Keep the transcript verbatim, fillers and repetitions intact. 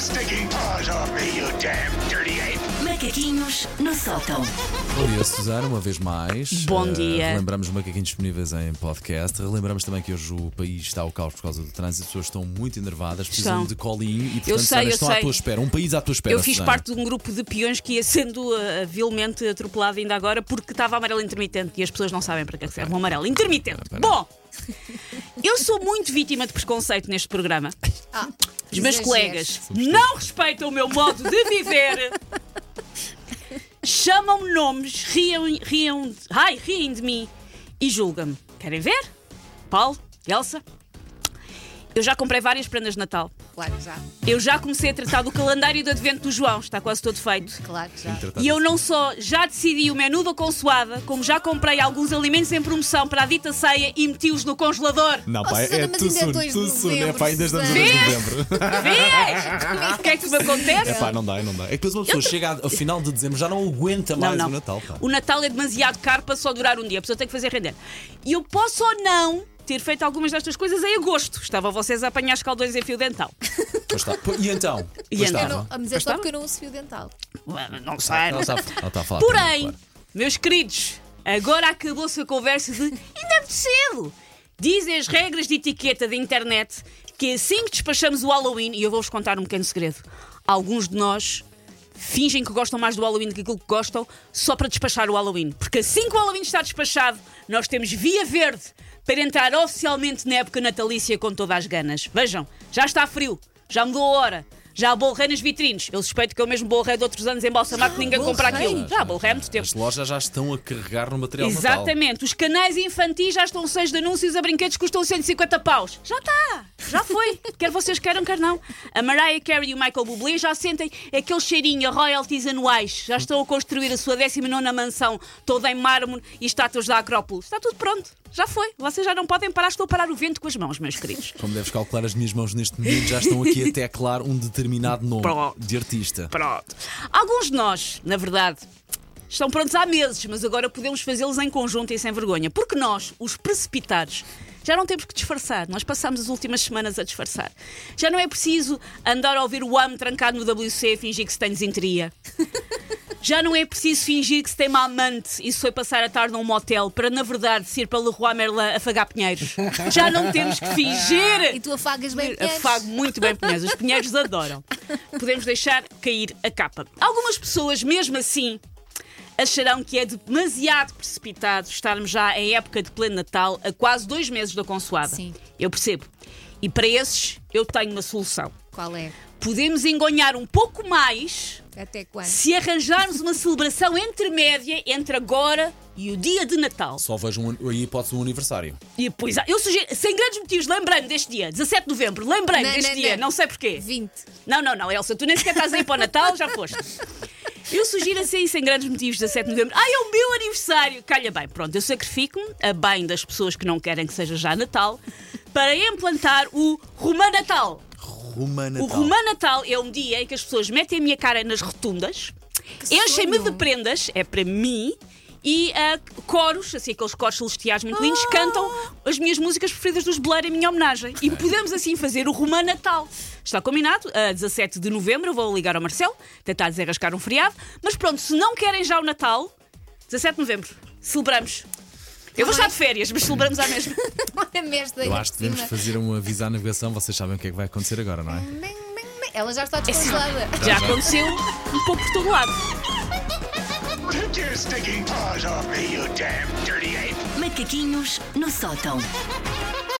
stinking paws off me, you damn dirty ape! Macaquinhos no sótão. Bom dia, Susana, uma vez mais. Bom Uh, dia. Relembramos os macaquinhos disponíveis em podcast. Relembramos também que hoje o país está ao caos por causa do trânsito. As pessoas estão muito enervadas, precisam Estão. de colinho e, portanto, Eu sei, Susana, eu estão sei. à tua espera. Um país à tua espera. Eu fiz Susana. parte de um grupo de peões que ia sendo uh, vilmente atropelado ainda agora porque estava amarelo intermitente e as pessoas não sabem para que é que serve um amarelo intermitente. Ah, Bom, eu sou muito vítima de preconceito neste programa. Ah, Os meus exageros. colegas não respeitam o meu modo de viver. Chamam-me nomes, riam, riam, ai, riem de mim e julgam-me. Querem ver? Paulo, Elsa? Eu já comprei várias prendas de Natal. Claro que já. Eu já comecei a tratar do calendário de advento do João. Está quase todo feito. Claro que já. Entretanto, E eu não só já decidi o menu da consoada, como já comprei alguns alimentos em promoção para a dita ceia e meti-os no congelador. Não, Oh, pá, Susana, é mas tu ainda é soon, dois de tu soon. É novembro, pá, ainda estamos em Susana. dois de novembro. Vês? O que é que me acontece? É pá, não dá, não dá. É que depois uma pessoa chega ao final de dezembro já não aguenta mais não, o não. Natal. Pá. O Natal é demasiado caro para só durar um dia. A pessoa tem que fazer render. E eu posso ou não ter feito algumas destas coisas em agosto. Estavam vocês a apanhar escaldões em fio dental. Pois está. Pô, E então? E Pois então? estava. Não, ah, mas é Pois só estava? porque eu não uso fio dental. Não sei. Ela está, ela está a falar. Porém, claro. meus queridos, agora acabou-se a conversa de ainda é muito cedo. Dizem as regras de etiqueta da internet que assim que despachamos o Halloween, e eu vou-vos contar um pequeno segredo, alguns de nós fingem que gostam mais do Halloween do que aquilo que gostam só para despachar o Halloween. Porque assim que o Halloween está despachado, nós temos via verde para entrar oficialmente na época natalícia com todas as ganas. Vejam, já está frio, já mudou a hora. Já abolrei nas vitrines. Eu suspeito que eu mesmo bolrei de outros anos em Balsamar que ninguém compra aquilo. Já abolrei há muito tempo. As lojas já estão a carregar no material de Natal. Exatamente. Os canais infantis já estão cheios de anúncios a brinquedos que custam cento e cinquenta paus. Já está. Já foi. Quer vocês queiram, quer não. A Mariah Carey e o Michael Bublé já sentem aquele cheirinho a royalties anuais. Já estão a construir a sua décima nona mansão, toda em mármore e estátuas da Acrópole. Está tudo pronto. Já foi. Vocês já não podem parar. Estou a parar o vento com as mãos, meus queridos. Como deves calcular, as minhas mãos neste momento já estão aqui a teclar um determinado nome Pronto. de artista. Pronto. Alguns de nós, na verdade, estão prontos há meses, mas agora podemos fazê-los em conjunto e sem vergonha. Porque nós, os precipitados, já não temos que disfarçar. Nós passamos as últimas semanas a disfarçar. Já não é preciso andar a ouvir o A M trancado no W C e fingir que se tem desinteria. Já não é preciso fingir que se tem uma amante e se foi passar a tarde num motel para, na verdade, se ir para Leroy Merlin afagar pinheiros. Já não temos que fingir. E tu afagas bem pinheiros. Afago muito bem pinheiros. Os pinheiros adoram. Podemos deixar cair a capa. Algumas pessoas, mesmo assim, acharão que é demasiado precipitado estarmos já em época de pleno Natal a quase dois meses da consoada. Sim. Eu percebo. E para esses, eu tenho uma solução. Qual é? Podemos engonhar um pouco mais Até quando? se arranjarmos uma celebração intermédia entre agora e o dia de Natal. Só vejo um, aí a hipótese um aniversário. E pois, eu sugiro, sem grandes motivos, lembrei-me deste dia, dezassete de novembro, lembrei-me Não, deste não, dia, não. não sei porquê. vinte. Não, não, não, Elsa, tu nem sequer estás aí para o Natal, já foste. Eu sugiro assim, sem grandes motivos, dezassete de novembro. Ai, é o meu aniversário! Calha bem, pronto, eu sacrifico-me, a bem das pessoas que não querem que seja já Natal, para implantar o Romã Natal. Ruma Natal. O Romã Natal é um dia em que as pessoas metem a minha cara nas rotundas, enchem-me de sonho. prendas, é para mim, e ah, coros, assim, aqueles coros celestiais muito lindos, cantam as minhas músicas preferidas dos Blur em minha homenagem. E podemos assim fazer o Romã Natal. Está combinado? A dezassete de novembro eu vou ligar ao Marcelo, tentar desenrascar um feriado, mas pronto, se não querem já o Natal, dezassete de novembro, celebramos. Eu vou estar de férias, mas celebramos à mesma. Olha mesmo Eu acho que devemos fazer um aviso à navegação. Vocês sabem o que é que vai acontecer agora, não é? Ela já está descongelada. Já aconteceu um pouco por todo lado. Take your stinking paws off me, you damn dirty ape! Macaquinhos no sótão.